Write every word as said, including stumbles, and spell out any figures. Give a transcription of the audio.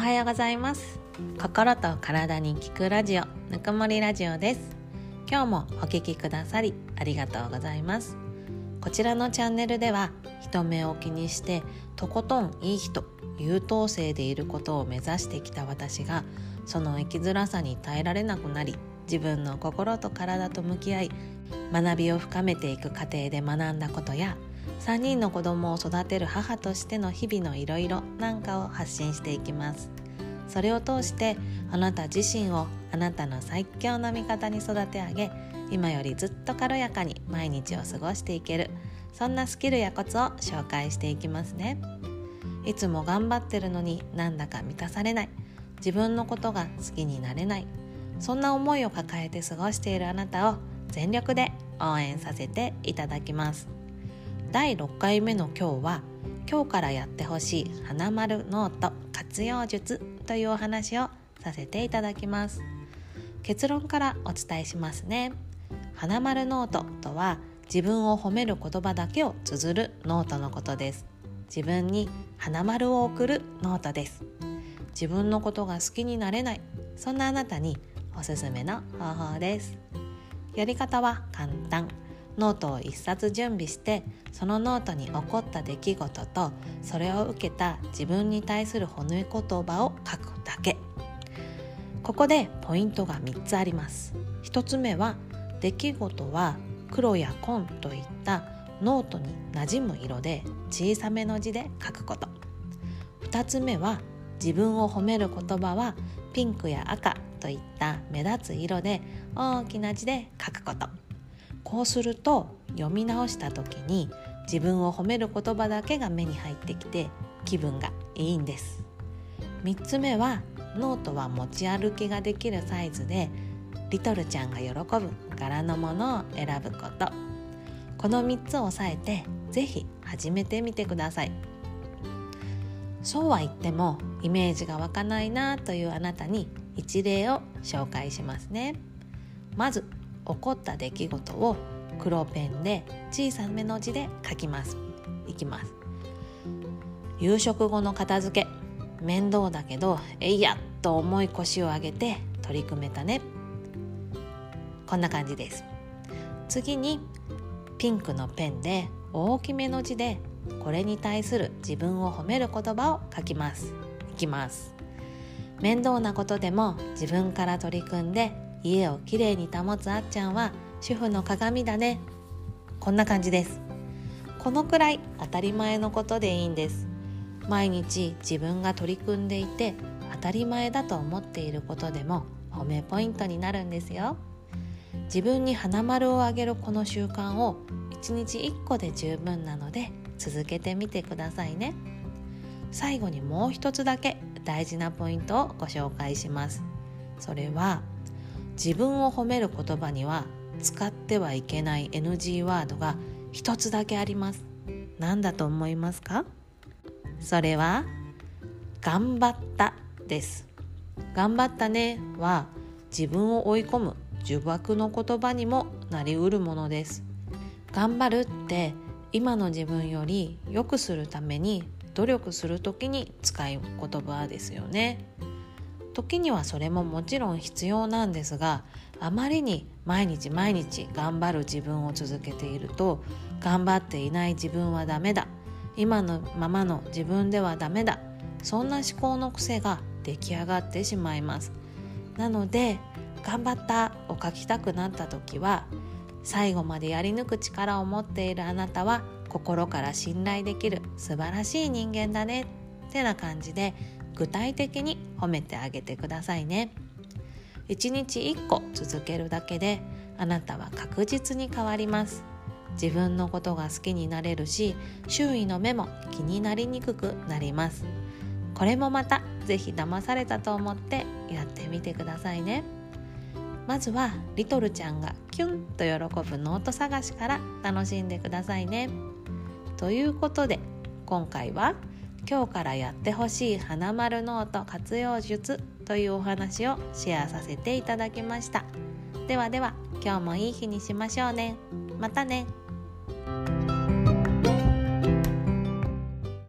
はようございます。心と体に聞くラジオ、ぬくもりラジオです。今日もお聞きくださりありがとうございます。こちらのチャンネルでは、人目を気にしてとことんいい人、優等生でいることを目指してきた私が、その生きづらさに耐えられなくなり、自分の心と体と向き合い、学びを深めていく過程で学んだことや、さんにんの子供を育てる母としての日々のいろいろなんかを発信していきます。それを通してあなた自身をあなたの最強の味方に育て上げ、今よりずっと軽やかに毎日を過ごしていける、そんなスキルやコツを紹介していきますね。いつも頑張ってるのになんだか満たされない、自分のことが好きになれない、そんな思いを抱えて過ごしているあなたを全力で応援させていただきます。だいろっかいめの今日は、今日からやってほしい花丸ノート活用術というお話をさせていただきます。結論からお伝えしますね。花丸ノートとは、自分を褒める言葉だけを綴るノートのことです。自分に花丸を送るノートです。自分のことが好きになれない、そんなあなたにおすすめの方法です。やり方は簡単。ノートを一冊準備して、そのノートに起こった出来事とそれを受けた自分に対する褒め言葉を書くだけ。ここでポイントがみっつあります。ひとつめは、出来事は黒や紺といったノートに馴染む色で小さめの字で書くこと。ふたつめは、自分を褒める言葉はピンクや赤といった目立つ色で大きな字で書くこと。こうすると読み直した時に自分を褒める言葉だけが目に入ってきて気分がいいんです。みっつめは、ノートは持ち歩きができるサイズでリトルちゃんが喜ぶ柄のものを選ぶこと。このみっつを押さえてぜひ始めてみてください。そうは言ってもイメージが湧かないなというあなたに一例を紹介しますね。まず、起こった出来事を黒ペンで小さめの字で書きます。いきます。夕食後の片付け、面倒だけどえいやと重い腰を上げて取り組めたね。こんな感じです。次にピンクのペンで大きめの字でこれに対する自分を褒める言葉を書きます。いきます。面倒なことでも自分から取り組んで家をきれいに保つあっちゃんは主婦の鏡だね。こんな感じです。このくらい当たり前のことでいいんです。毎日自分が取り組んでいて当たり前だと思っていることでも褒めポイントになるんですよ。自分に花丸をあげるこの習慣をいちにちいっこで十分なので続けてみてくださいね。最後にもう一つだけ大事なポイントをご紹介します。それは、自分を褒める言葉には使ってはいけない エヌジー ワードが一つだけあります。何だと思いますか？それは頑張ったです。頑張ったねは自分を追い込む呪縛の言葉にもなりうるものです。頑張るって今の自分より良くするために努力するときに使う言葉ですよね。時にはそれももちろん必要なんですが、あまりに毎日毎日頑張る自分を続けていると、頑張っていない自分はダメだ、今のままの自分ではダメだ、そんな思考の癖が出来上がってしまいます。なので、頑張ったを書きたくなった時は、最後までやり抜く力を持っているあなたは心から信頼できる素晴らしい人間だねってな感じで具体的に褒めてあげてくださいね。いちにちいっこ続けるだけであなたは確実に変わります。自分のことが好きになれるし、周囲の目も気になりにくくなります。これもまたぜひ騙されたと思ってやってみてくださいね。まずはリトルちゃんがキュンと喜ぶノート探しから楽しんでくださいね。ということで、今回は今日からやってほしい花丸ノート活用術というお話をシェアさせていただきました。ではでは、今日もいい日にしましょうね。またね。